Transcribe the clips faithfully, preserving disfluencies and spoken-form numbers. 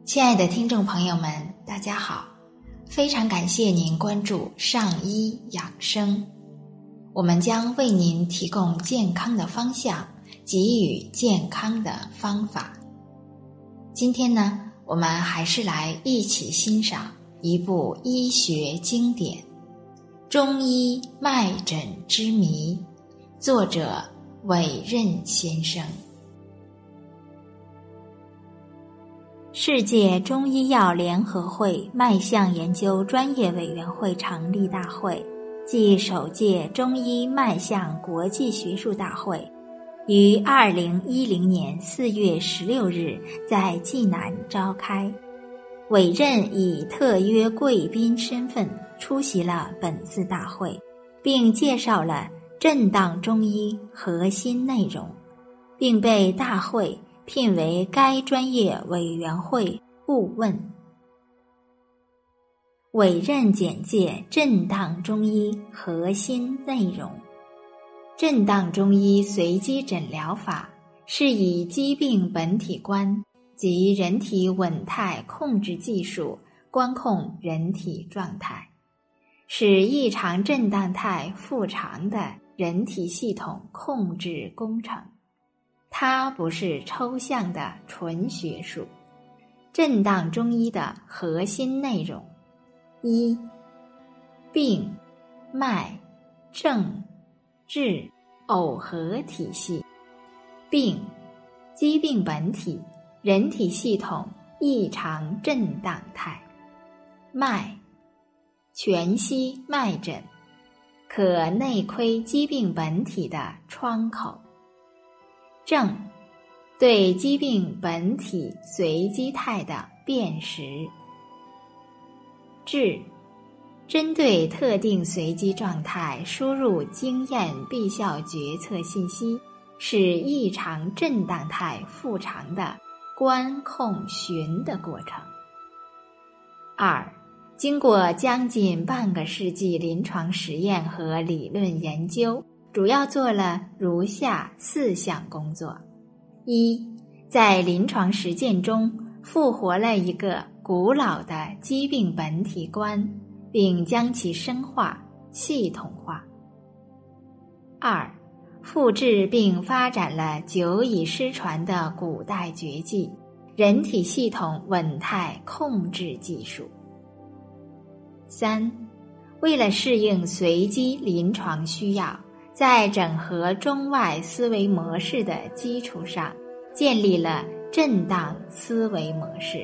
亲爱的听众朋友们，大家好，非常感谢您关注上医养生，我们将为您提供健康的方向，给予健康的方法。今天呢，我们还是来一起欣赏一部医学经典《中医脉诊之谜》，作者韦任先生。 世界中医药联合会脉象研究专业委员会成立大会暨首届中医脉象国际学术大会于二零一零年四月十六日在济南召开，委任以特约贵宾身份出席了本次大会，并介绍了震荡中医核心内容，并被大会聘为该专业委员会顾问。委任简介震荡中医核心内容。震荡中医随机诊疗法是以疾病本体观及人体稳态控制技术观控人体状态，使异常震荡态复常的人体系统控制工程。它不是抽象的纯学术。震荡中医的核心内容：一、病、脉、症、治、耦合体系。病，疾病本体，人体系统异常震荡态。脉，全息脉诊，可内窥疾病本体的窗口。症，对疾病本体随机态的辨识。治，针对特定随机状态输入经验必效决策信息，使异常震荡态复常的观控寻的过程。二，经过将近半个世纪临床实验和理论研究，主要做了如下四项工作：一，在临床实践中复活了一个古老的疾病本体观，并将其深化、系统化。二，复制并发展了久已失传的古代绝技——人体系统稳态控制技术。三，为了适应随机临床需要，在整合中外思维模式的基础上，建立了震荡思维模式。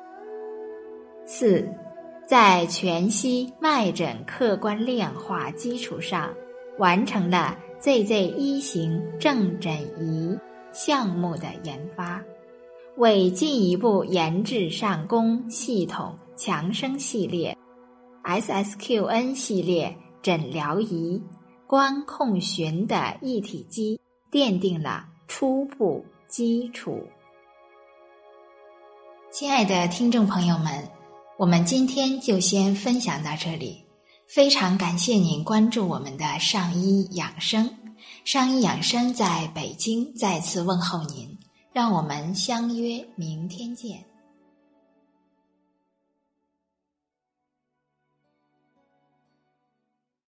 四，在全息脉诊客观量化基础上，完成了 Z Z 一 型正诊仪项目的研发，为进一步研制上弓系统强生系列、S S Q N 系列诊疗仪观控寻的一体机奠定了初步基础。 亲爱的听众朋友们，我们今天就先分享到这里，非常感谢您关注我们的上医养生。上医养生在北京再次问候您，让我们相约明天见。